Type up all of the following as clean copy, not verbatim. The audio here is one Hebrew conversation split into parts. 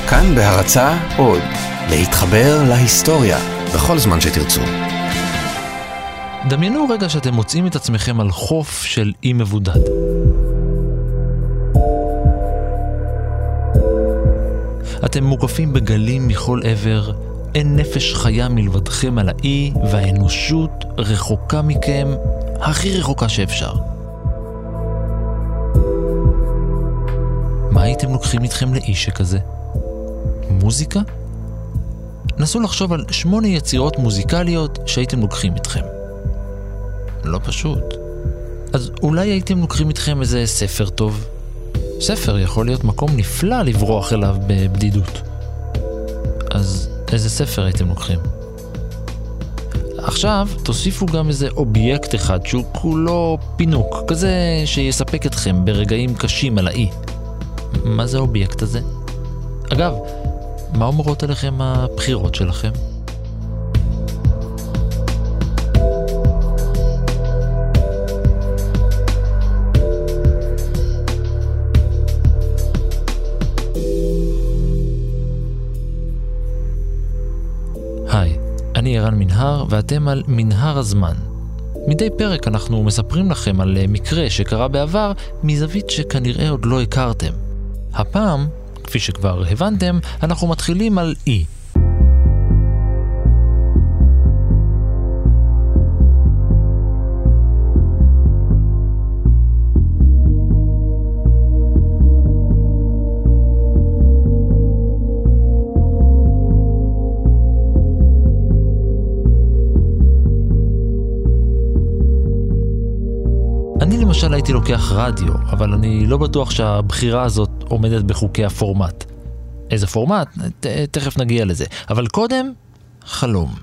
כאן בהרצאה עוד, להתחבר להיסטוריה בכל זמן שתרצו. דמיינו רגע שאתם מוצאים את עצמכם על חוף של אי מבודד. אתם מוקפים בגלים מכל עבר, אין נפש חיה מלבדכם על האי, והאנושות רחוקה מכם, הכי רחוקה שאפשר. מה הייתם לוקחים איתכם לאי שכזה? מוזיקה? נסו לחשוב על 8 יצירות מוזיקליות שהייתם לוקחים איתכם. לא פשוט. אז אולי הייתם לוקחים איתכם איזה ספר טוב? ספר יכול להיות מקום נפלא לברוח אליו בבדידות. אז איזה ספר הייתם לוקחים? עכשיו תוסיפו גם איזה אובייקט אחד שהוא כולו פינוק, כזה שיספק אתכם ברגעים קשים על האי. מה זה האובייקט הזה? אגב, מה אומרות עליכם הבחירות שלכם? היי, אני ערן מנהר ואתם על מנהר הזמן. מדי פרק אנחנו מספרים לכם על מקרה שקרה בעבר מזווית שכנראה עוד לא הכרתם. הפעם, כפי שכבר הבנתם, אנחנו מתחילים על אי. אני למשל הייתי לוקח רדיו, אבל אני לא בטוח שהבחירה הזאת עומדת בחוקי הפורמט. איזה פורמט? תכף נגיע לזה. אבל קודם, חלום.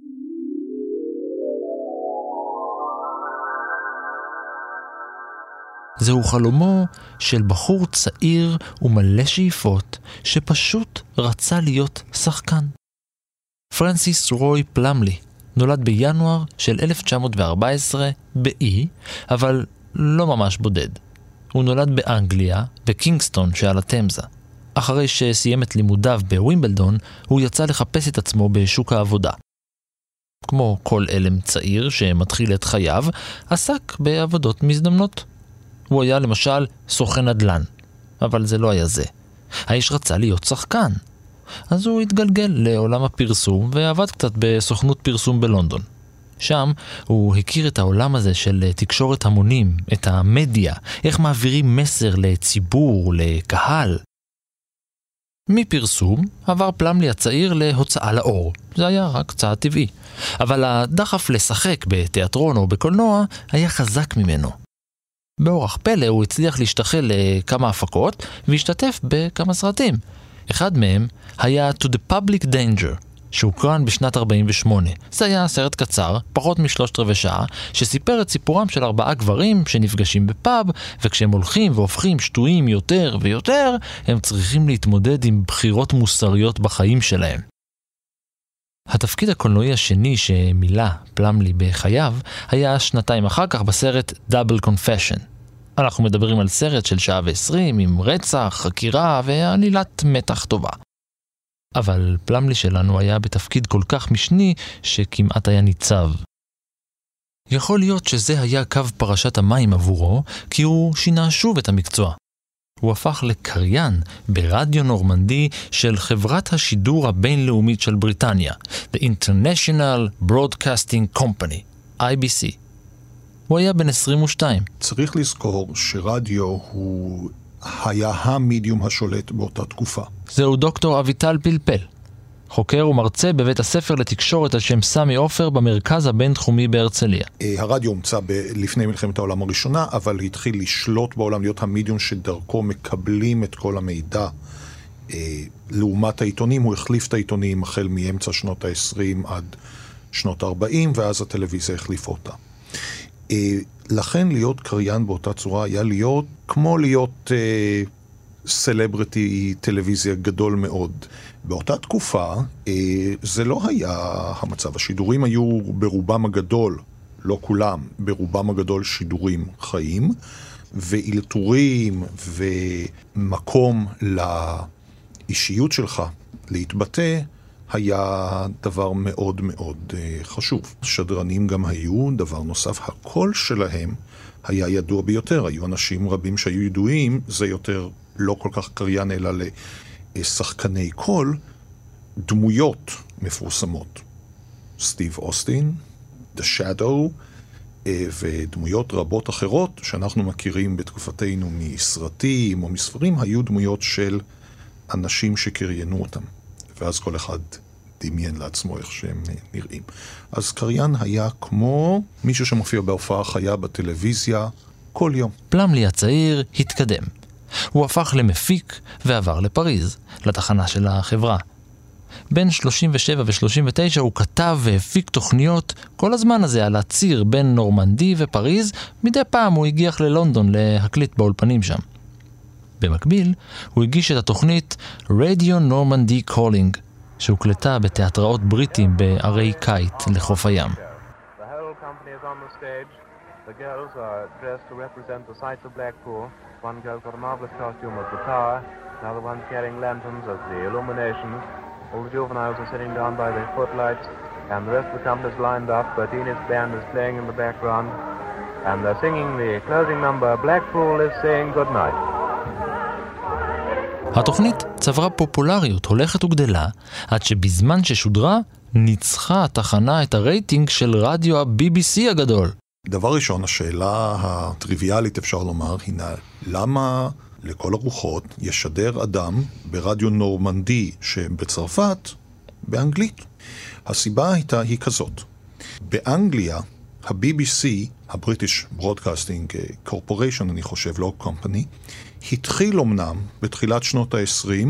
זהו חלומו של בחור צעיר ומלא שאיפות שפשוט רצה להיות שחקן. פרנסיס רוי פלמלי נולד בינואר של 1914 באי, אבל לא ממש בודד. הוא נולד באנגליה, בקינגסטון שעל התמזה. אחרי שסיים את לימודיו בווימבלדון, הוא יצא לחפש את עצמו בשוק העבודה. כמו כל אלם צעיר שמתחיל את חייו, עסק בעבודות מזדמנות. הוא היה למשל סוכן נדל"ן, אבל זה לא היה זה. האיש רצה להיות שחקן. אז הוא התגלגל לעולם הפרסום ועבד קצת בסוכנות פרסום בלונדון. שם הוא הכיר את העולם הזה של תקשורת המונים, את המדיה, איך מעבירים מסר לציבור, לקהל. מפרסום עבר פלמלי הצעיר להוצאה לאור. זה היה רק צעד טבעי. אבל הדחף לשחק בתיאטרון או בקולנוע היה חזק ממנו. באורח פלא הוא הצליח להשתחל לכמה הפקות והשתתף בכמה סרטים. אחד מהם היה To the Public Danger, שהוקרן בשנת 48. זה היה סרט קצר, פחות מ3/4 שעה, שסיפר את סיפורם של 4 גברים שנפגשים בפאב, וכשהם הולכים והופכים שטויים יותר ויותר, הם צריכים להתמודד עם בחירות מוסריות בחיים שלהם. התפקיד הקולנועי השני שמילא פלמלי בחייו, היה 2 אחר כך בסרט Double Confession. אנחנו מדברים על סרט של 1:20 עם רצח, חקירה ועלילת מתח טובה. אבל פלמלי שלנו היה בתפקיד כל כך משני שכמעט היה ניצב. יכול להיות שזה היה קו פרשת המים עבורו, כי הוא שינה שוב את המקצוע. הוא הפך לקריין ברדיו נורמנדי של חברת השידור הבינלאומית של בריטניה, The International Broadcasting Company, IBC. הוא היה בן 22. צריך לזכור שרדיו הוא היה המדיום השולט באותה תקופה. זהו דוקטור אביטל פלפל, חוקר ומרצה בבית הספר לתקשורת על שם סמי עופר במרכז הבינתחומי בהרצליה. הרדיו הומצא לפני מלחמת העולם הראשונה, אבל התחיל לשלוט בעולם, להיות המדיום שדרכו מקבלים את כל המידע. לעומת העיתונים, הוא החליף את העיתונים החל מאמצע שנות ה-20 עד שנות ה-40, ואז הטלוויזיה החליפה אותה. לכן להיות קריין באותה צורה היה להיות כמו להיות סלבריטי טלוויזיה גדול מאוד. באותה תקופה זה לא היה המצב. השידורים היו ברובם הגדול, לא כולם, ברובם הגדול שידורים חיים, ואילתורים ומקום האישיות שלך להתבטא היה דבר מאוד מאוד חשוב. שדרנים גם היו, דבר נוסף, הקול שלהם היה ידוע ביותר. היו אנשים רבים שהיו ידועים, זה יותר לא כל כך קריין אלא לשחקני קול, דמויות מפורסמות. סטיב אוסטין, The Shadow, ודמויות רבות אחרות שאנחנו מכירים בתקופתנו מסרטים או מספרים, היו דמויות של אנשים שקריינו אותם. ואז כל אחד דמיין לעצמו איך שהם נראים. אז קריין היה כמו מישהו שמופיע בהופעה חיה בטלוויזיה כל יום. פלמלי הצעיר התקדם. הוא הפך למפיק ועבר לפריז, לתחנה של החברה. בין 37 ו-39 הוא כתב והפיק תוכניות כל הזמן הזה על הציר בין נורמנדי ופריז. מדי פעם הוא הגיח ללונדון להקליט באולפנים שם. במקביל הוא הגיש את התוכנית Radio Normandy Calling, שהוקלטה בתיאטראות בריטים בערי קיט לחוף הים. The whole company is on the stage. The girls are dressed to represent the sights of Blackpool. One girl's got a marvelous costume of the tower. Another one's carrying lanterns as the illuminations. All the juveniles are sitting down by their footlights, and the rest of the company is lined up. Bertina's band is playing in the background, and they're singing the closing number, Blackpool is saying good night. התוכנית צברה פופולריות הולכת וגדלה, עד שבזמן ששודרה ניצחה התחנה את הרייטינג של רדיו ה-BBC הגדול. דבר ראשון, השאלה הטריוויאלית אפשר לומר, הינה, למה לכל הרוחות ישדר אדם ברדיו נורמנדי שבצרפת באנגלית? הסיבה היא כזאת. באנגליה, ה-BBC, ה-British Broadcasting Corporation, אני חושב, לא Company, התחיל אומנם בתחילת שנות ה-20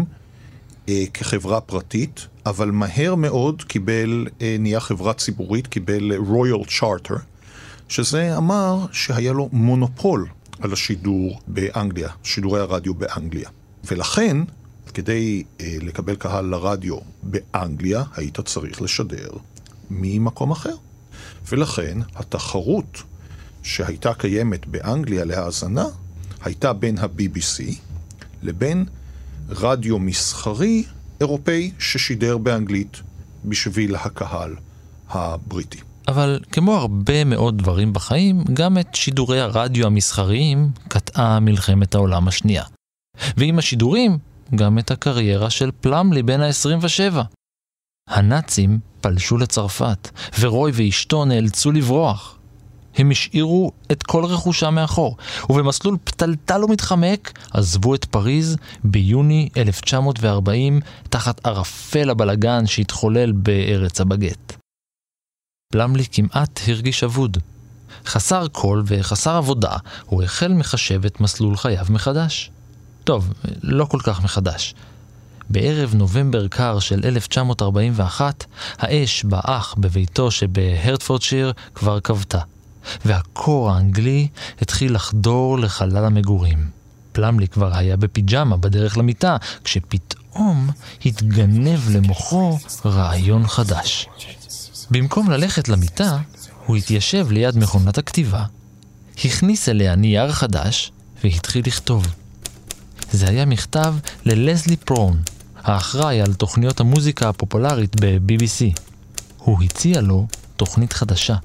כחברה פרטית, אבל מהר מאוד נהיה חברה ציבורית, קיבל Royal Charter, שזה אמר שהיה לו מונופול על השידור באנגליה, שידורי הרדיו באנגליה. ולכן, כדי לקבל קהל לרדיו באנגליה, היית צריך לשדר ממקום אחר. ולכן, התחרות שהייתה קיימת באנגליה להאזנה, הייתה בין ה-BBC לבין רדיו מסחרי אירופאי ששידר באנגלית בשביל הקהל הבריטי. אבל כמו הרבה מאוד דברים בחיים, גם את שידורי הרדיו המסחריים קטעה מלחמת העולם השנייה. ועם השידורים, גם את הקריירה של פלמלי בין ה-27. הנאצים פלשו לצרפת, ורוי ואשתו נאלצו לברוח. הם השאירו את כל רכושם מאחור, ובמסלול פתלתל ומתחמק עזבו את פריז ביוני 1940 תחת ערפל הבלגן שהתחולל בארץ הבגט. פלמלי כמעט הרגיש אבוד. חסר קול וחסר עבודה, הוא החל מחשב את מסלול חייו מחדש. טוב, לא כל כך מחדש. בערב נובמבר קר של 1941, האש באח בביתו שבהרטפורדשיר כבר כבתה. והקור האנגלי התחיל לחדור לחלל המגורים. פלמלי כבר היה בפיג'מה בדרך למיטה, כשפתאום התגנב למוחו רעיון חדש. במקום ללכת למיטה, הוא התיישב ליד מכונת הכתיבה, הכניס אליה נייר חדש והתחיל לכתוב. זה היה מכתב ללזלי פרון, האחראי על תוכניות המוזיקה הפופולרית ב-BBC. הוא הציע לו תוכנית חדשה.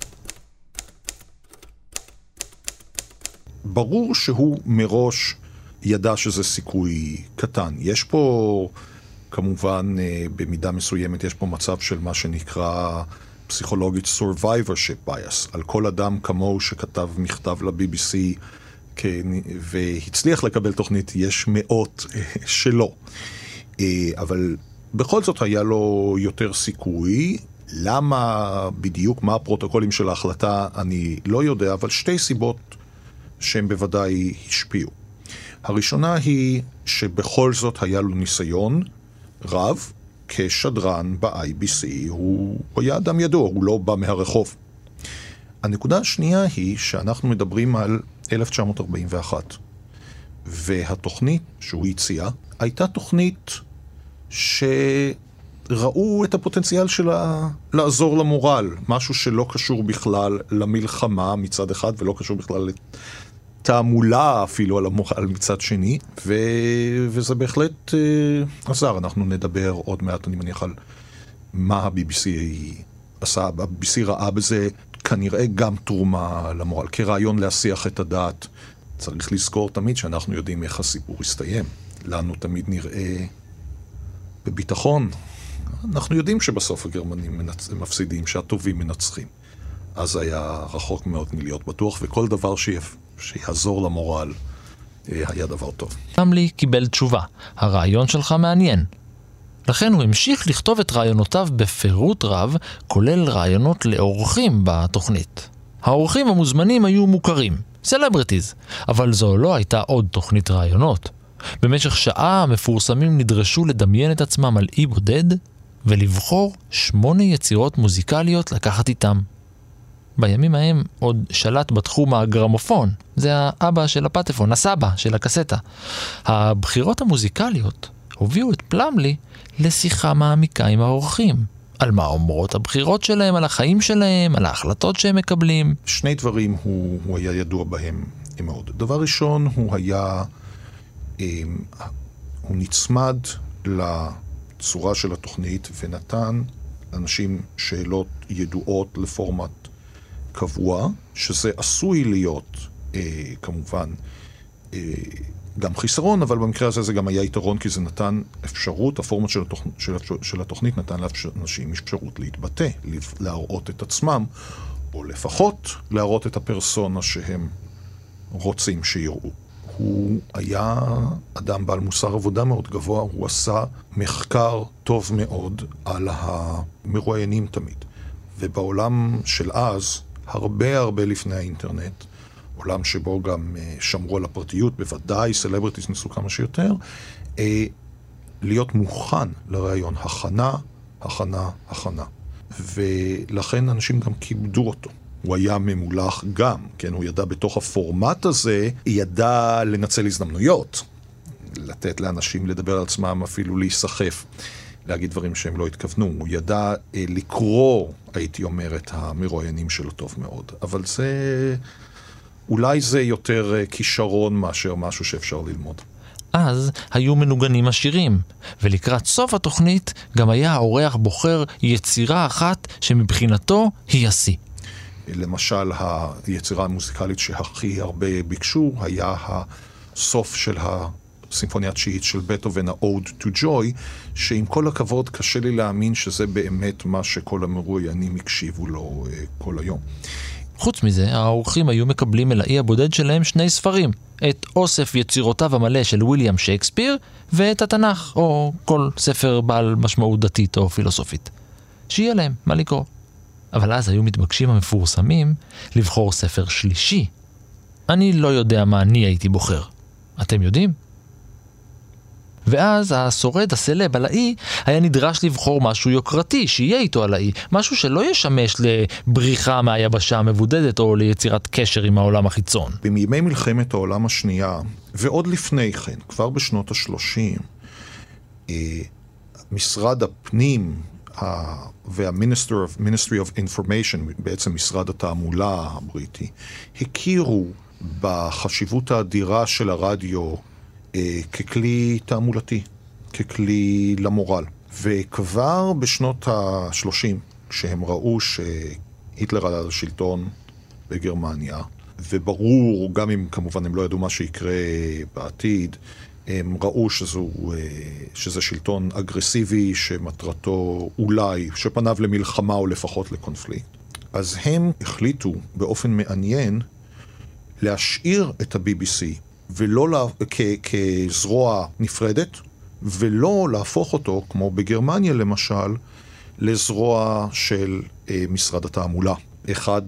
ברור שהוא מראש ידע שזה סיכוי קטן. יש פה, כמובן, במידה מסוימת, יש פה מצב של מה שנקרא פסיכולוגית survivorship bias. על כל אדם כמוהו שכתב מכתב ל-BBC והצליח לקבל תוכנית, יש מאות שלא. אבל בכל זאת היה לו יותר סיכוי. למה בדיוק, מה הפרוטוקולים של ההחלטה, אני לא יודע, אבל שתי סיבות שהם בוודאי השפיעו. הראשונה היא שבכל זאת היה לו ניסיון רב כשדרן ב-IBC. הוא היה אדם ידוע, הוא לא בא מהרחוב. הנקודה השנייה היא שאנחנו מדברים על 1941, והתוכנית שהוא הציע הייתה תוכנית שראו את הפוטנציאל שלה לעזור למורל, משהו שלא קשור בכלל למלחמה מצד אחד, ולא קשור בכלל תעמולה אפילו על המוכל מצד שני, וזה בהחלט עזר. אנחנו נדבר עוד מעט, אני מניח, על מה ה-BBC עשה. ה-BBC ראה בזה כנראה גם תרומה למורל, כרעיון להשיח את הדעת. צריך לזכור תמיד שאנחנו יודעים איך הסיפור יסתיים. לנו תמיד נראה בביטחון. אנחנו יודעים שבסוף הגרמנים מפסידים, שהטובים מנצחים. אז היה רחוק מאוד מלהיות בטוח, וכל דבר שיעזור למורל היה דבר טוב. פלמלי קיבל תשובה. הרעיון שלך מעניין. לכן הוא המשיך לכתוב את רעיונותיו בפירוט רב, כולל רעיונות לאורחים בתוכנית. האורחים המוזמנים היו מוכרים, סלבריטיז, אבל זו לא הייתה עוד תוכנית רעיונות. במשך שעה המפורסמים נדרשו לדמיין את עצמם על אי בודד, ולבחור 8 יצירות מוזיקליות לקחת איתם. בימים ההם עוד שלט בתחום הגרמופון, זה האבא של הפטפון, הסבא של הקסטה. הבחירות המוזיקליות הובילו את פלמלי לשיחה מעמיקה עם האורחים. על מה אומרות הבחירות שלהם, על החיים שלהם, על ההחלטות שהם מקבלים. 2 דברים הוא היה ידוע בהם מאוד. דבר ראשון, הוא נצמד לצורה של התוכנית ונתן לאנשים שאלות ידועות לפורמט קבוע, שזה עשוי להיות כמובן גם חיסרון, אבל במקרה הזה זה גם היה יתרון, כי זה נתן אפשרות, הפורמט של התוכנית נתן לאנשים אפשרות להתבטא, להראות את עצמם, או לפחות להראות את הפרסונה שהם רוצים שיראו. הוא היה אדם בעל מוסר עבודה מאוד גבוה, הוא עשה מחקר טוב מאוד על המרואיינים תמיד. ובעולם של אז, הרבה לפני האינטרנט, עולם שבו גם שמרו על הפרטיות, בוודאי סלבריטיז ניסו כמה שיותר, להיות מוכן לרעיון, הכנה. ולכן אנשים גם כיבדו אותו. הוא היה ממולח גם, כן, הוא ידע בתוך הפורמט הזה, ידע לנצל הזדמנויות, לתת לאנשים לדבר על עצמם, אפילו להיסחף, להגיד דברים שהם לא התכוונו. הוא ידע לקרוא, הייתי אומר, את המרואיינים שלו טוב מאוד. אבל אולי זה יותר כישרון מאשר משהו שאפשר ללמוד. אז היו מנוגנים השירים, ולקראת סוף התוכנית גם היה האורח בוחר יצירה אחת שמבחינתו היא השיא. למשל, היצירה המוזיקלית שהכי הרבה ביקשו היה הסוף של הסימפוניה התשיעית של בטהובן, ה-Ode to Joy, שעם כל הכבוד קשה לי להאמין שזה באמת מה שכל המרואיינים הקשיבו לו כל היום. חוץ מזה, האורחים היו מקבלים אל האי הבודד שלהם 2 ספרים, את אוסף יצירותיו המלא של וויליאם שייקספיר, ואת התנ"ך, או כל ספר בעל משמעות דתית או פילוסופית. שיהיה להם מה לקרוא. אבל אז היו מתבקשים המפורסמים לבחור ספר שלישי. אני לא יודע מה אני הייתי בוחר. אתם יודעים? ואז השורד הסלב על האי היה נדרש לבחור משהו יוקרתי, שיהיה איתו על האי, משהו שלא ישמש לבריחה מהיבשה המבודדת או ליצירת קשר עם העולם החיצון. בימי מלחמת העולם השנייה, ועוד לפני כן, כבר בשנות ה-30, משרד הפנים וה-Ministry of Information, בעצם משרד התעמולה הבריטי, הכירו בחשיבות האדירה של הרדיו ככלי תעמולתי, ככלי למורל. וכבר בשנות ה-30, כשהם ראו שהיטלר עלה לשלטון בגרמניה, וברור, גם אם כמובן הם לא ידעו מה שיקרה בעתיד, הם ראו שזה שלטון אגרסיבי שמטרתו אולי, שפניו למלחמה או לפחות לקונפליקט. אז הם החליטו באופן מעניין להשאיר את ה-BBC ולא כזרוע נפרדת, ולא להפוך אותו, כמו בגרמניה למשל, לזרוע של משרד התעמולה. אחד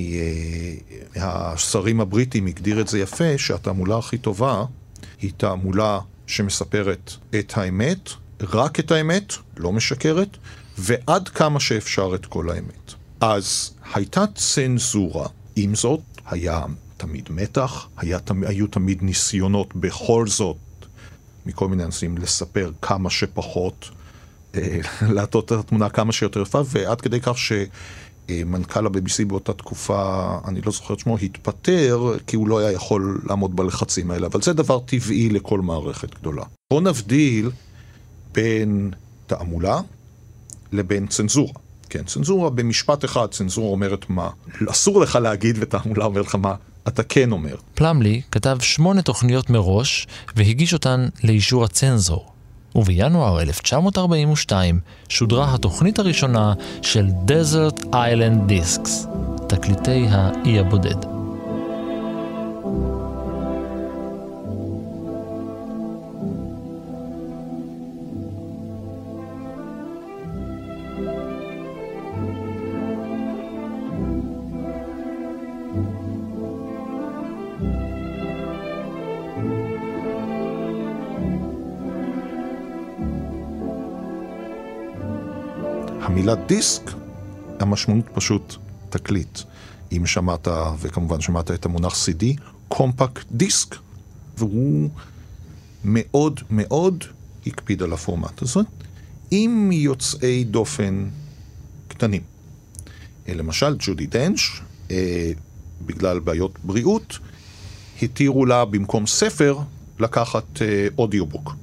מהשרים הבריטים הגדיר את זה יפה, שהתעמולה הכי טובה היא תעמולה שמספרת את האמת, רק את האמת, לא משקרת, ועד כמה שאפשר את כל האמת. אז הייתה צנזורה, עם זאת היה תמיד מתח, היו תמיד ניסיונות בכל זאת, מכל מיני אנשים לספר כמה שפחות, להטות את התמונה כמה שיותר יפה, ועד כדי כך מנכ"ל ה-BBC באותה תקופה, אני לא זוכר את שמו, התפטר, כי הוא לא היה יכול לעמוד בלחצים האלה, אבל זה דבר טבעי לכל מערכת גדולה. בוא נבדיל בין תעמולה לבין צנזורה. כן, צנזורה במשפט אחד, צנזורה אומרת מה אסור לך להגיד, ותעמולה אומרת לך מה אתה כן אומר. פלמלי כתב 8 תוכניות מראש והגיש אותן לאישור הצנזור. ובינואר 1942 שודרה התוכנית הראשונה של Desert Island Discs, תקליטי האי הבודד. המילה דיסק, המשמעות פשוט תקליט. אם שמעת, וכמובן שמעת את המונח CD, קומפקט דיסק, והוא מאוד מאוד הקפיד על הפורמט הזה, עם יוצאי דופן קטנים. למשל, ג'ודי דנש, בגלל בעיות בריאות, התירו לה במקום ספר לקחת אודיובוק.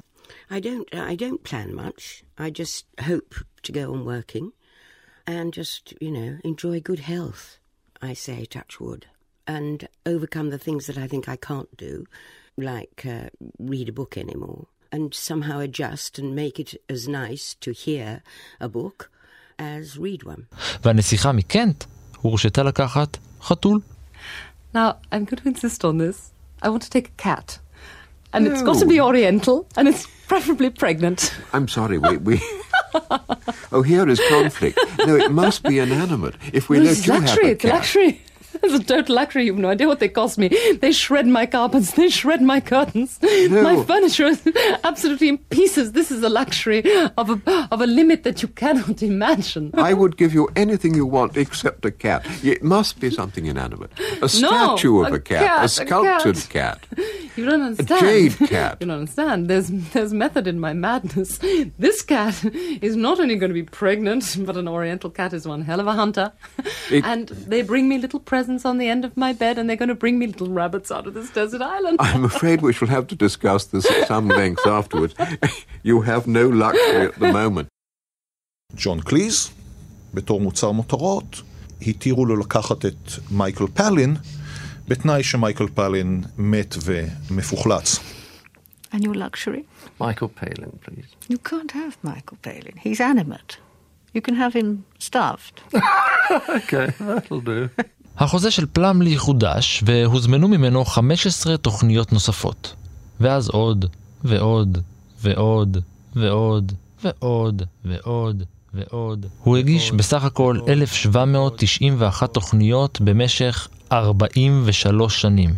I don't plan much. I just hope to go on working and just, enjoy good health, I say, touch wood, and overcome the things that I think I can't do, like read a book anymore, and somehow adjust and make it as nice to hear a book as read one. והנסיכה מקנט הורשתה לקחת חתול. Now, I'm going to insist on this. I want to take a cat. And it's got to be oriental, and it's preferably pregnant. I'm sorry, we... Oh, here is conflict. No, it must be inanimate. If we let you have a cat... It's luxury. It's a total luxury. You've no idea what they cost me. They shred my carpets. They shred my curtains. No. My furniture is absolutely in pieces. This is a luxury of a limit that you cannot imagine. I would give you anything you want except a cat. It must be something inanimate. A statue of a cat. A sculptured cat. You don't understand. A jade cat. You don't understand. There's method in my madness. This cat is not only going to be pregnant, but an oriental cat is one hell of a hunter. And they bring me little presents on the end of my bed, and they're going to bring me little rabbits out of this desert island. I'm afraid we shall have to discuss this at some length afterwards. You have no luxury at the moment. ג'ון קליז, בתור מוצר מותרות, התירו לו לקחת את מייקל פלין, בתנאי שמייקל פלין מת ומפוחלץ. And your luxury? Michael Palin, please. You can't have Michael Palin. He's animate. You can have him stuffed. Okay, that'll do. החוזה של פלמלי חודש, והוזמנו ממנו 15 תוכניות נוספות. ואז עוד, ועוד, ועוד, ועוד, ועוד, ועוד, ועוד. הוא הגיש בסך הכל 1,791 תוכניות במשך 43 שנים.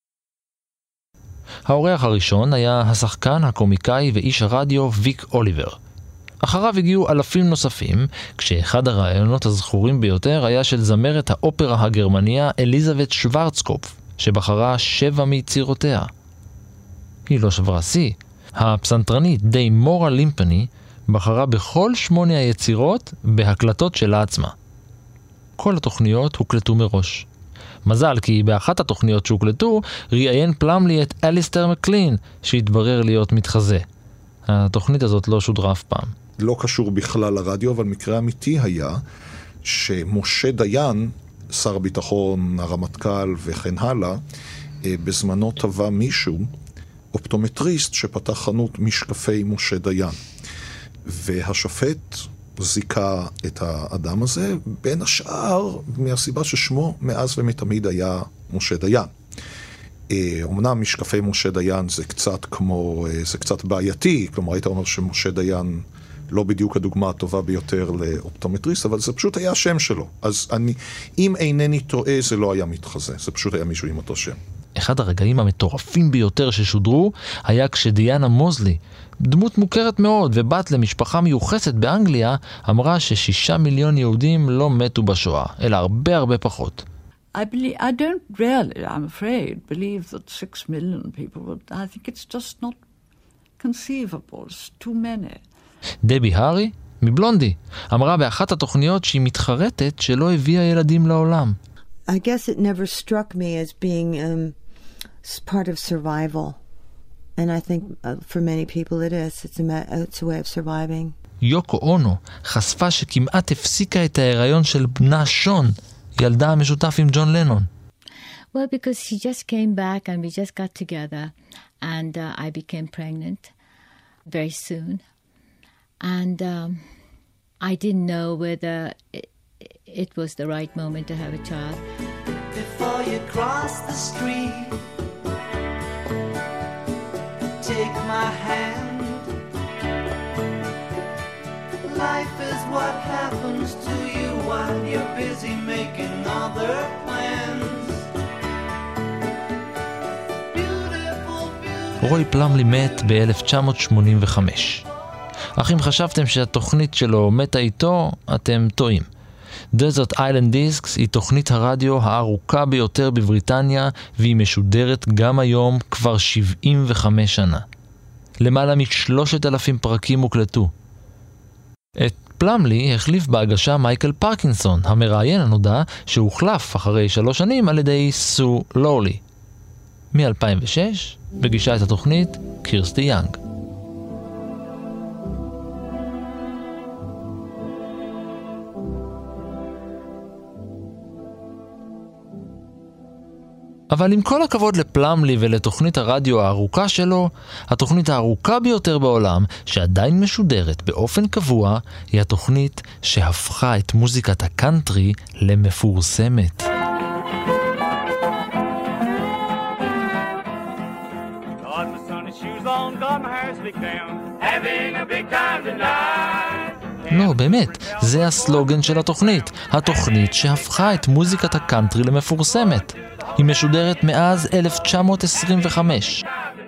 האורח הראשון היה השחקן, הקומיקאי ואיש הרדיו ויק אוליבר. אחריו הגיעו אלפים נוספים, כשאחד הרעיונות הזכורים ביותר היה של זמרת האופרה הגרמניה אליזבת שוורצקופף, שבחרה 7 מיצירותיה. היא לא שברה שיא. הפסנתרנית די מורה לימפני בחרה בכל 8 היצירות בהקלטות שלה עצמה. כל התוכניות הוקלטו מראש. מזל, כי באחת התוכניות שהוקלטו ראיין פלמלי את אליסטר מקלין, שהתברר להיות מתחזה. התוכנית הזאת לא שודרה אף פעם. לא קשור בכלל לרדיו, אבל מקרה אמיתי היה שמשה דיין, שר הביטחון, הרמטכ"ל וכן הלאה, בזמנו טבע מישהו, אופטומטריסט שפתח חנות משקפי משה דיין. והשופט זיקה את האדם הזה, בין השאר מהסיבה ששמו מאז ומתמיד היה משה דיין. אמנם משקפי משה דיין זה קצת בעייתי, כלומר היית אומר שמשה דיין לא בדיוק הדוגמה הטובה ביותר לאופטומטריסט, אבל זה פשוט היה השם שלו. אז אם אינני טועה, זה לא היה מתחזה, זה פשוט היה מישהו עם אותו שם. אחד הרגעים המטורפים ביותר ששודרו היה כשדיאנה מוזלי, דמות מוכרת מאוד ובת למשפחה מיוחסת באנגליה, אמרה ש6 מיליון יהודים לא מתו בשואה, אלא הרבה פחות. I don't really, I'm afraid, believe that 6 million people would. I think it's just not conceivable. It's too many. דבי הארי מבלונדי, אמרה באחת התוכניות שהיא מתחרטת שלא הביאה ילדים לעולם. I guess it never struck me as being part of survival. And I think for many people it is. It's a way of surviving. יוקו אונו חשפה שכמעט הפסיקה את ההיריון של בנה שון, ילדה המשותף עם ג'ון לנון. Well, because he just came back and we just got together and I became pregnant very soon. And I didn't know whether it was the right moment to have a child. Before you cross the street, take my hand. Life is what happens to you while you're busy making other plans. רוי פלמלי מת ב-1985. אך אם חשבתם שהתוכנית שלו מתה איתו, אתם טועים. Desert Island Discs היא תוכנית הרדיו הארוכה ביותר בבריטניה, והיא משודרת גם היום כבר 75 שנה. למעלה מ3,000 פרקים הוקלטו. את פלמלי החליף בהגשה מייקל פרקינסון, המראיין הנודע שהוחלף אחרי 3 שנים על ידי סו לורלי. מ-2006 מגישה את התוכנית קירסטי יאנג. אבל עם כל הכבוד לפלמלי ולתוכנית הרדיו הארוכה שלו, התוכנית הארוכה ביותר בעולם, שעדיין משודרת באופן קבוע, היא התוכנית שהפכה את מוזיקת הקאנטרי למפורסמת. לא, באמת, זה הסלוגן של התוכנית. התוכנית שהפכה את מוזיקת הקאנטרי למפורסמת. היא משודרת מאז 1925.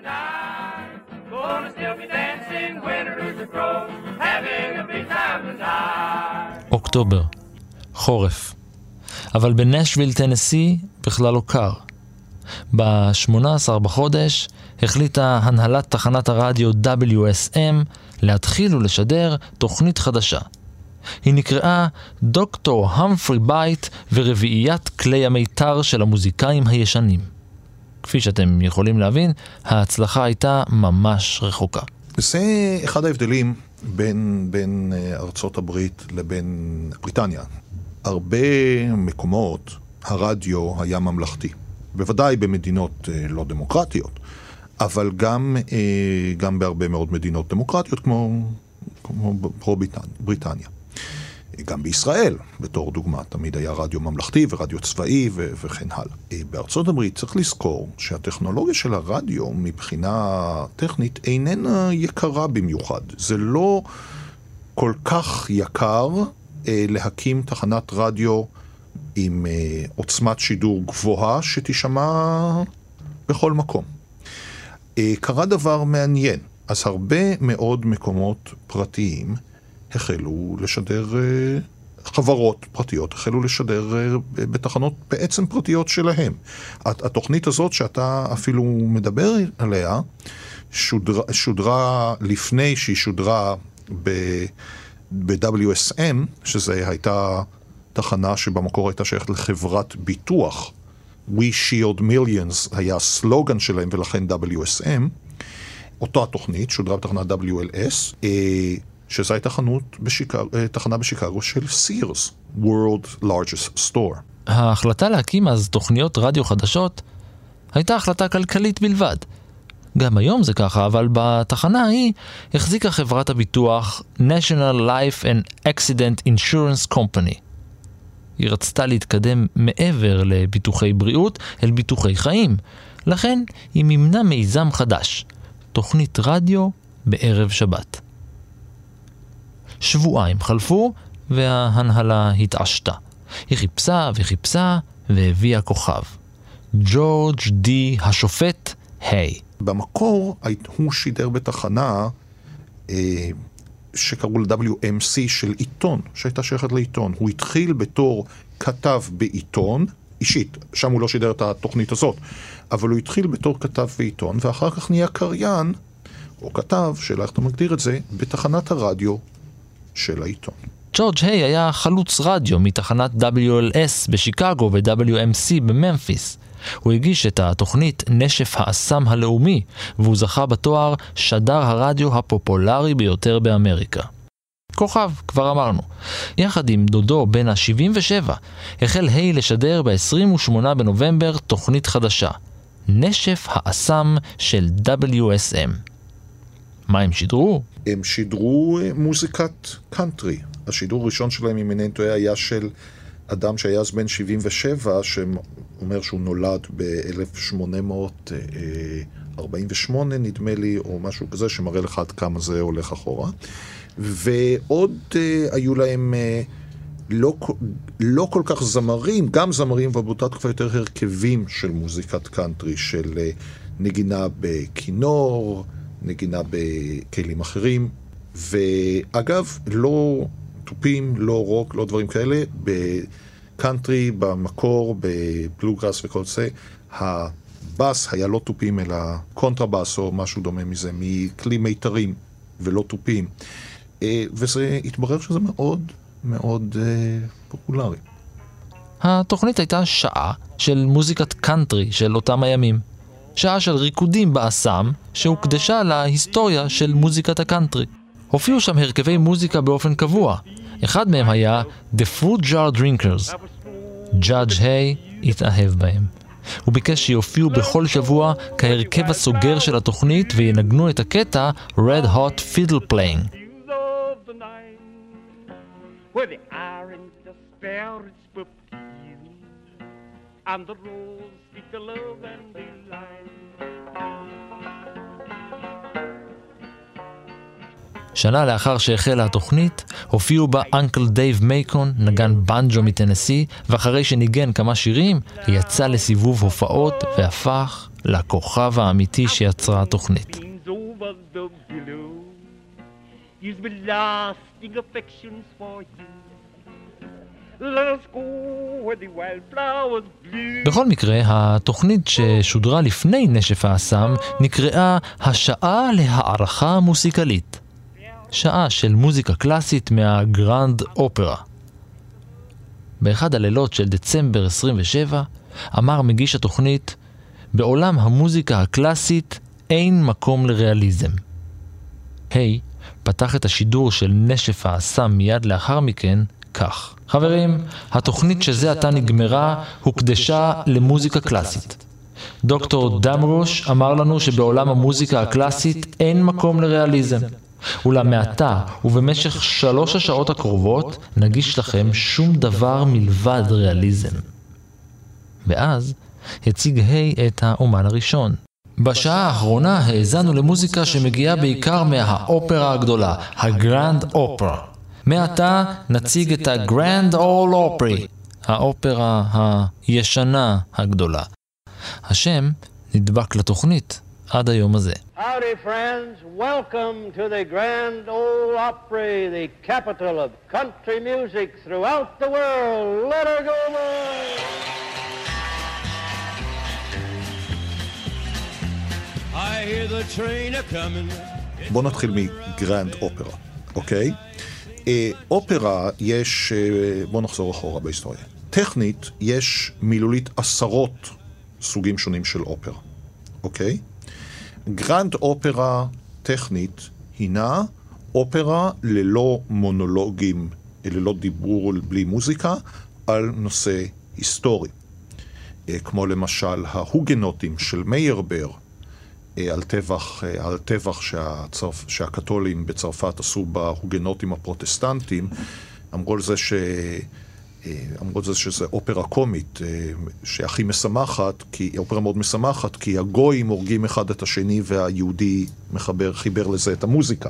אוקטובר, חורף. אבל בנשוויל, טנסי, בכלל לא קר. ב-18 בחודש החליטה הנהלת תחנת הרדיו WSM להתחיל ולשדר תוכנית חדשה. היא נקראה דוקטור המפרי בייט ורביעיית כלי המיתר של המוזיקאים הישנים. כפי שאתם יכולים להבין, ההצלחה הייתה ממש רחוקה. זה אחד ההבדלים בין ארצות הברית לבין בריטניה. הרבה מקומות הרדיו היה ממלכתי. בוודאי במדינות לא דמוקרטיות, אבל גם בהרבה מאוד מדינות דמוקרטיות כמו בריטניה. גם בישראל, בתור דוגמה, תמיד היה רדיו ממלכתי ורדיו צבאי וכן הלאה. בארצות הברית צריך לזכור שהטכנולוגיה של הרדיו מבחינה טכנית איננה יקרה במיוחד. זה לא כל כך יקר להקים תחנת רדיו עם עוצמת שידור גבוהה שתשמע בכל מקום. קרה דבר מעניין. אז הרבה מאוד מקומות פרטיים החלו לשדר, חברות פרטיות החלו לשדר בתחנות בעצם פרטיות שלהם. התוכנית הזאת שאתה אפילו מדבר עליה, שודרה לפני שהיא שודרה ב-WSM, שזה הייתה תחנה שבמקור הייתה שייכת לחברת ביטוח. We Shield Millions היה הסלוגן שלהם ולכן WSM. אותה התוכנית שודרה בתחנת WLS, שזו הייתה תחנה בשיקגו של סירס, World Largest Store. ההחלטה להקים אז תוכניות רדיו חדשות הייתה החלטה כלכלית בלבד. גם היום זה ככה, אבל בתחנה ההיא החזיקה חברת הביטוח National Life and Accident Insurance Company. היא רצתה להתקדם מעבר לביטוחי בריאות אל ביטוחי חיים. לכן היא מימנה מיזם חדש, תוכנית רדיו בערב שבת. שבועיים חלפו וההנהלה התעשתה. היא חיפשה וחיפשה והביאה כוכב. ג'ורג' די השופט היי. במקור הוא שידר בתחנה שקראו ל-WMC של עיתון, שהייתה שייכת לעיתון. הוא התחיל בתור כתב בעיתון, אישית, שם הוא לא שידר את התוכנית הזאת, אבל הוא התחיל בתור כתב בעיתון, ואחר כך נהיה קריין, או כתב, שאלה איך אתה מגדיר את זה, בתחנת הרדיו של העיתון. ג'ורג' היי היה חלוץ רדיו מתחנת WLS בשיקגו ו-WMC בממפיס. הוא הגיש את התוכנית נשף האסם הלאומי, והוא זכה בתואר שדר הרדיו הפופולרי ביותר באמריקה. כוכב, כבר אמרנו. יחד עם דודו בן ה-77, החל היי לשדר ב-28 בנובמבר תוכנית חדשה, נשף האסם של WSM. מה הם שידרו? הם שידרו מוזיקת קאנטרי. השידור הראשון שלהם, אם אינני טועה, היה של אדם שהיה אז בן 77, שאומר שהוא נולד ב-1848, נדמה לי, או משהו כזה, שמראה לך עד כמה זה הולך אחורה. ועוד היו להם לא כל כך זמרים, גם זמרים, אבל באותה תקופה יותר הרכבים של מוזיקת קאנטרי, של נגינה בכינור, נגינה בכלים אחרים, ואגב, לא טופים, לא רוק, לא דברים כאלה, בקאנטרי, במקור, בבלוגראס וכל זה, הבאס היה לא טופים, אלא קונטרבאס או משהו דומה מזה, מכלי מיתרים ולא טופים. וזה התברר שזה מאוד מאוד פופולרי. התוכנית הייתה שעה של מוזיקת קאנטרי של אותם הימים. שעה של ריקודים באסם שהוקדשה להיסטוריה של מוזיקת הקאנטרי. הופיעו שם הרכבי מוזיקה באופן קבוע. אחד מהם היה The Fruit Jar Drinkers. ג'אדג' היי התאהב בהם. הוא ביקש שיופיעו בכל שבוע כהרכב הסוגר של התוכנית וינגנו את הקטע Red Hot Fiddle Playing. Where the orange asparagus perfume and the rose speak the love and delight. שנה לאחר שהחלה התוכנית, הופיעו בה אנקל דייב מייקון, נגן בנג'ו מטנסי, ואחרי שניגן כמה שירים, יצא לסיבוב הופעות והפך לכוכב האמיתי שיצרה התוכנית. Use my lasting affections for you. Let us go where the wildflowers bloom. בכל מקרה, התוכנית ששודרה לפני נשף האסם נקראה השעה להערכה מוסיקלית. שעה של מוזיקה קלאסית מהגרנד אופרה. באחד הלילות של דצמבר 27 אמר מגיש התוכנית, בעולם המוזיקה הקלאסית אין מקום לריאליזם. היי, פתח את השידור של נשף האסם מיד לאחר מכן כך. חברים, התוכנית שזה עתה נגמרה הוקדשה למוזיקה קלאסית. דוקטור דמרוש אמר לנו שבעולם המוזיקה הקלאסית אין מקום לריאליזם. אולם מעתה ובמשך 3 השעות הקרובות נגיש לכם שום דבר מלבד ריאליזם. ואז הציג היי את האומן הראשון. בשעה האחרונה האזנו למוזיקה שמגיעה בעיקר מהאופרה הגדולה, הגרנד אופרה. מעתה נציג את הגרנד אול אופרי, האופרה הישנה הגדולה. השם נדבק לתוכנית עד היום הזה. Howdy friends, welcome to the Grand Ole Opry, the capital of country music throughout the world. Let her go, man! I hear the train a-coming. בוא נתחיל מגרנד אופרה, אוקיי? אופרה יש, בוא נחזור אחורה בהיסטוריה. טכנית יש מילולית 10 סוגים שונים של אופרה, אוקיי? גרנד אופרה טכנית הינה אופרה ללא מונולוגים, ללא דיבור בלי מוזיקה, על נושא היסטורי. כמו למשל ההוגנוטים של מיירבר, על טבח שהקתולים בצרפת עשו בהוגנוטים הפרוטסטנטים, אמרו על זה שזה אופרה קומית, שהכי משמחת, אופרה מאוד משמחת, כי הגויים הורגים אחד את השני והיהודי חיבר לזה את המוזיקה.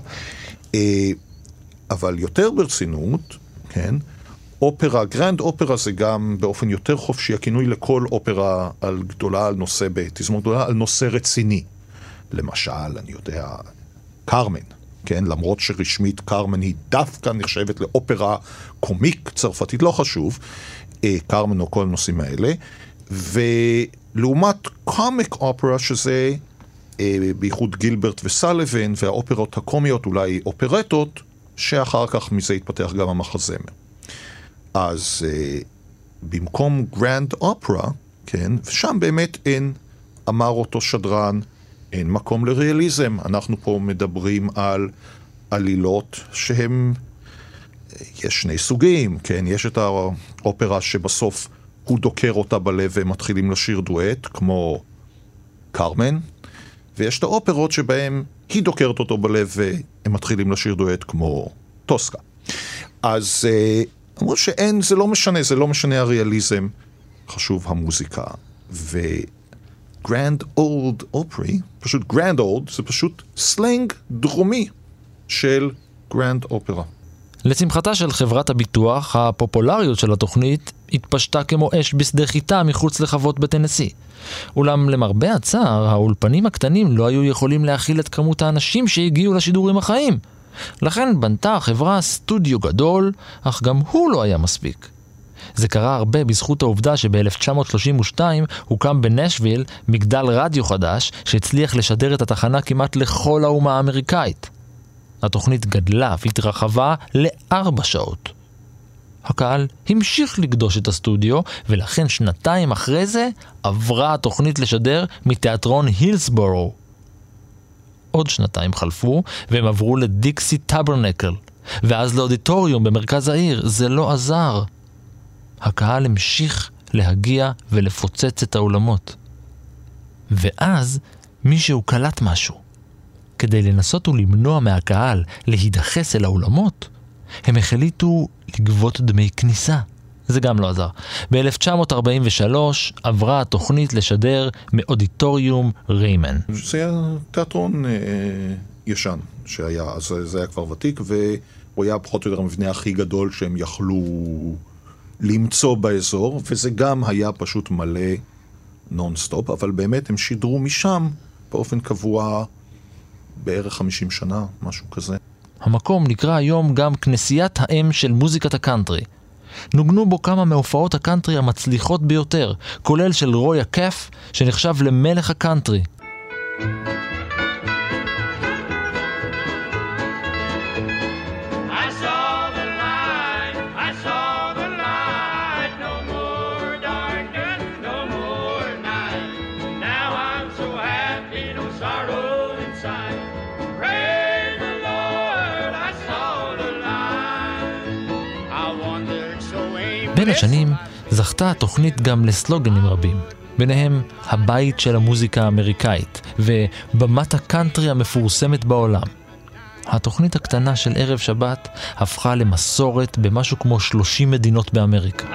אבל יותר ברצינות, כן, אופרה, גרנד אופרה זה גם באופן יותר חופשי, הכינוי לכל אופרה על גדולה, על נושא בתזמון גדולה, על נושא רציני. למשל, אני יודע, קרמן, כן? למרות שרשמית קרמן היא דווקא נחשבת לאופרה קומיק צרפתית, לא חשוב, קרמן או כל הנושאים האלה, ולעומת קומיק אופרה, שזה בייחוד גילברט וסליבן, והאופרות הקומיות, אולי אופרטות, שאחר כך מזה התפתח גם המחזמר. אז במקום גרנד אופרה, כן, ושם באמת אמר אותו שדרן, אין מקום לריאליזם. אנחנו פה מדברים על עלילות שהם, יש שני סוגים, כן, יש את האופרה שבסוף הוא דוקר אותה בלב והם מתחילים לשיר דואט, כמו קרמן, ויש את האופרות שבהם היא דוקרת אותו בלב והם מתחילים לשיר דואט, כמו טוסקה. אז אמרו שאין, זה לא משנה הריאליזם, חשוב המוזיקה. וגרנד אולד אופרי, פשוט גרנד אולד, זה פשוט סלנג דרומי של גרנד אופרה. לשמחתה של חברת הביטוח, הפופולריות של התוכנית התפשטה כמו אש בשדה חיטה מחוץ לחוות בטנסי. אולם למרבה הצער, האולפנים הקטנים לא היו יכולים להכיל את כמות האנשים שהגיעו לשידורים החיים. לכן בנתה החברה סטודיו גדול, אך גם הוא לא היה מספיק. זה קרה הרבה בזכות העובדה שב-1932 הוקם בנשוויל מגדל רדיו חדש שהצליח לשדר את התחנה כמעט לכל האומה האמריקאית. התוכנית גדלה והתרחבה ל4 שעות. הקהל המשיך לקדוש את הסטודיו, ולכן 2 אחרי זה עברה התוכנית לשדר מתיאטרון הילסבורו. עוד 2 חלפו, והם עברו לדיקסי טאברנקל, ואז לאודיטוריום במרכז העיר. זה לא עזר. הקהל המשיך להגיע ולפוצץ את האולמות. ואז מישהו קלט משהו. כדי לנסות ולמנוע מהקהל להידחס אל האולמות, הם החליטו לגבות דמי כניסה. זה גם לא עזר. ב-1943 עברה התוכנית לשדר מאודיטוריום ריימן. זה היה תיאטרון ישן שהיה, אז זה היה כבר ותיק, והוא היה פחות או יותר המבנה הכי גדול שהם יכלו למצוא באזור, וזה גם היה פשוט מלא נונסטופ, אבל באמת הם שידרו משם באופן קבוע בערך 50 שנה, משהו כזה. המקום נקרא היום גם כנסיית האם של מוזיקת הקאנטרי. נוגנו בו כמה מהופעות הקאנטרי המצליחות ביותר, כולל של רוי הקף, שנחשב למלך הקאנטרי. בין השנים זכתה התוכנית גם לסלוגנים רבים, ביניהם הבית של המוזיקה האמריקאית ובמת הקאנטרי המפורסמת בעולם. התוכנית הקטנה של ערב שבת הפכה למסורת במשהו כמו 30 מדינות באמריקה.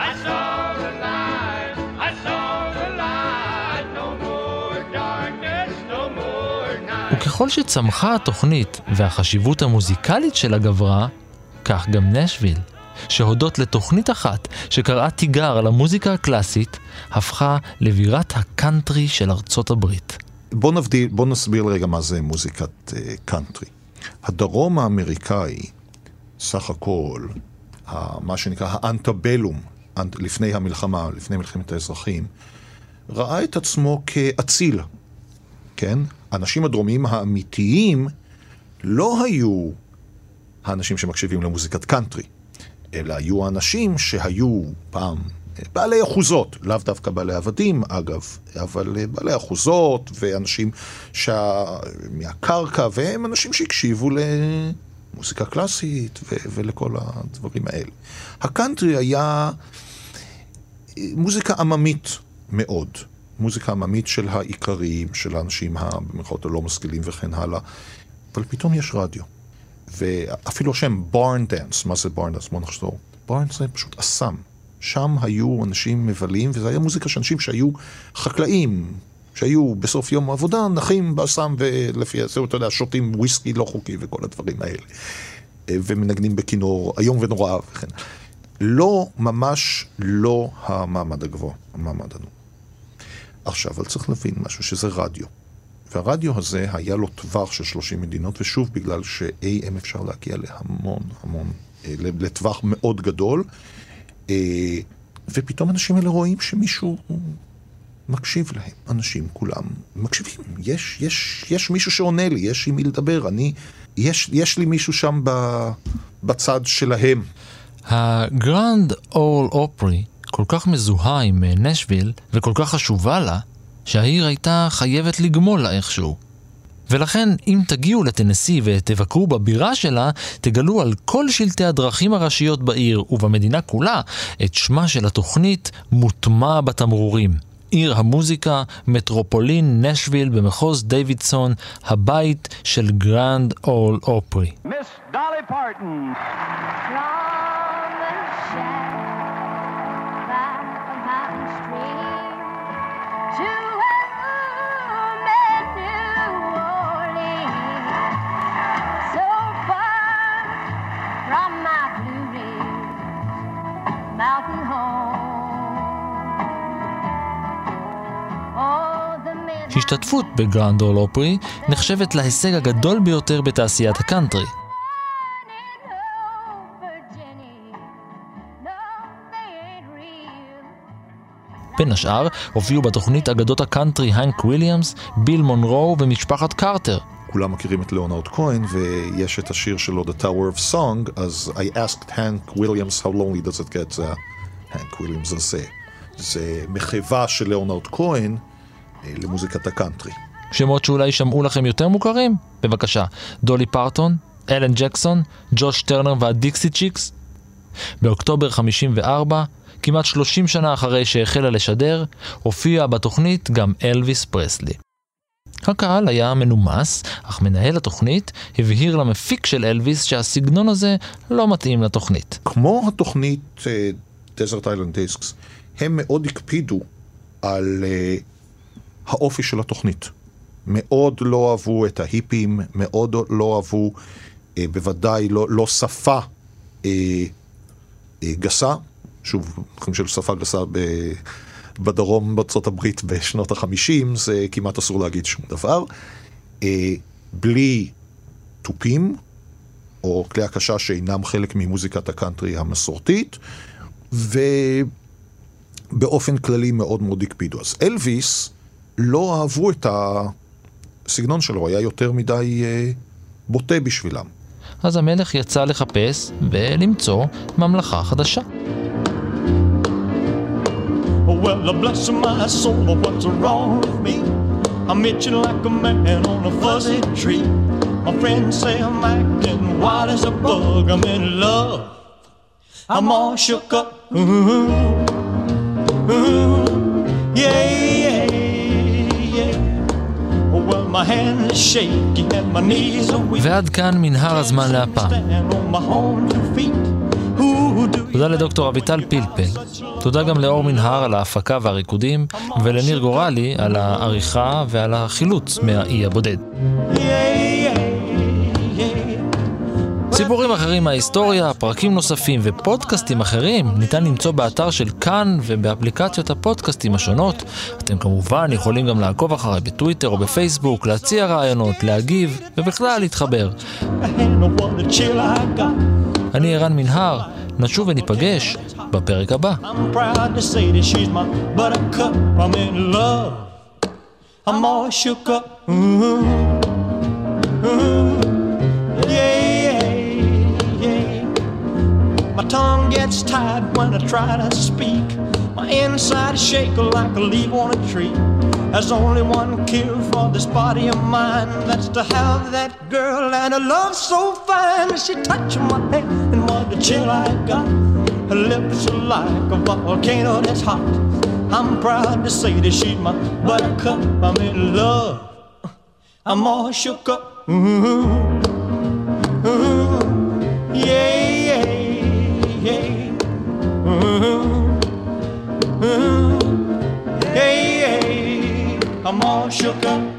וככל שצמחה התוכנית והחשיבות המוזיקלית שלה גברה, כך גם נשוויל, שהודות לתוכנית אחת שקראה תיגר על המוזיקה הקלאסית, הפכה לבירת הקאנטרי של ארצות הברית. בוא נסביר רגע מה זה מוזיקת קאנטרי. הדרום האמריקאי, סך הכל, מה שנקרא האנטבלום, לפני המלחמה, לפני מלחמת האזרחים, ראה את עצמו כאציל. כן? האנשים הדרומיים האמיתיים לא היו האנשים שמקשיבים למוזיקת קאנטרי, אלא היו האנשים שהיו פעם בעלי אחוזות, לאו דווקא בעלי עבדים אגב, אבל בעלי אחוזות ואנשים מהקרקע, והם אנשים שהקשיבו למוזיקה קלאסית ולכל הדברים האלה. הקאנטרי היה מוזיקה עממית מאוד, מוזיקה עממית של העיקריים, של האנשים במרכאות הלא משכילים וכן הלאה, אבל פתאום יש רדיו. ואפילו השם ברן דנס, מה זה ברן דנס? בוא נחזור. ברן זה פשוט אסם. שם היו אנשים מבלים, וזה היה מוזיקה של אנשים שהיו חקלאים, שהיו בסוף יום העבודה, נחים באסם, ולפי זה, אתה יודע, שותים וויסקי לא חוקי וכל הדברים האלה. ומנגנים בכינור איום ונורא וכן. לא, ממש לא המעמד הגבוה, המעמד הנורא. עכשיו, אבל צריך להבין משהו, שזה רדיו. והרדיו הזה היה לו טווח של 30 מדינות, ושוב בגלל ש-AM אפשר להגיע להמון, לטווח מאוד גדול, ופתאום אנשים האלה רואים שמישהו מקשיב להם. אנשים כולם מקשיבים. יש מישהו שעונה לי, יש עם מי לדבר. אני יש לי מישהו שם בצד שלהם. הגרנד אול אופרי כל כך מזוהה עם נשוויל וכל כך חשובה לה, שהעיר הייתה חייבת לגמול לה איכשהו. ולכן אם תגיעו לטנסי ותבקרו בבירה שלה, תגלו על כל שלטי הדרכים הראשיות בעיר ובמדינה כולה את שמה של התוכנית מוטמע בתמרורים. עיר המוזיקה, מטרופולין נשוויל במחוז דיווידסון, הבית של גרנד אול אופרי. מיס דולי פרטון. השתתפות בגרנד אול אופרי נחשבת להישג הגדול ביותר בתעשיית הקאנטרי. בין השאר הופיעו בתוכנית אגדות הקאנטרי הנק וויליאמס, ביל מונרו ומשפחת קארטר. כולם מכירים את ליאונרד כהן, ויש את השיר שלו The Tower of Song, אז I asked Hank Williams how lonely does it get, Hank Williams זה מחווה של ליאונרד כהן למוזיקת הקאנטרי. שמות שאולי שמעו לכם יותר מוכרים? בבקשה, דולי פרטון, אלן ג'קסון, ג'וש טרנר והדיקסי צ'יקס. באוקטובר 54, כמעט 30 שנה אחרי שהחלה לשדר, הופיע בתוכנית גם אלוויס פרסלי. הקהל היה מנומס, אך מנהל התוכנית הבהיר למפיק של אלוויס שהסגנון הזה לא מתאים לתוכנית. כמו התוכנית Desert Island Discs, הם מאוד הקפידו על האופי של התוכנית. מאוד לא אהבו את ההיפים, מאוד לא אהבו, בוודאי לא שפה גסה, שוב, חושבים של שפה גסה בדרום בארצות הברית בשנות ה-50, זה כמעט אסור להגיד שום דבר. בלי טופים, או כלי הקשה שאינם חלק ממוזיקת הקאנטרי המסורתית, ובאופן כללי מאוד מאוד הקפידו. אז אלוויס לא אהבו את הסגנון שלו, היה יותר מדי בוטה בשבילם. אז המלך יצא לחפש ולמצוא ממלכה חדשה. Well, bless my soul, what's wrong with me? I'm itching like a man on a fuzzy tree. My friends say I'm acting wild as a bug. I'm in love. I'm all shook up. Yeah, yeah, yeah. Well, my hands are shaky and my knees are weak. ועד כאן מנהר הזמן להפעם. תודה לדוקטור אביטל פלפל. תודה גם לאור מנהר על ההפקה והריקודים, ולניר גורלי על העריכה ועל החילוץ מהאי הבודד. סיפורים אחרים מההיסטוריה, פרקים נוספים ופודקאסטים אחרים ניתן למצוא באתר של כאן ובאפליקציות הפודקאסטים השונות. אתם כמובן יכולים גם לעקוב אחריי בטוויטר או בפייסבוק, להציע רעיונות, להגיב ובכלל להתחבר. אני ערן מנהר, נשוב וניפגש בפרק הבא. I'm proud to say that she's my buttercup. I'm in love. I'm all shook up. Yeah, yeah. My tongue gets tied when I try to speak. My inside is shaking like a leaf on a tree. There's only one cure for this body of mine. That's to have that girl and a love so fine. She touched my hand and what a chill I got. Her lips are like a volcano that's hot. I'm proud to say that she's my buttercup. I'm in love. I'm all shook up. Yeah, yeah, yeah. Yeah, yeah. I'm all shook up.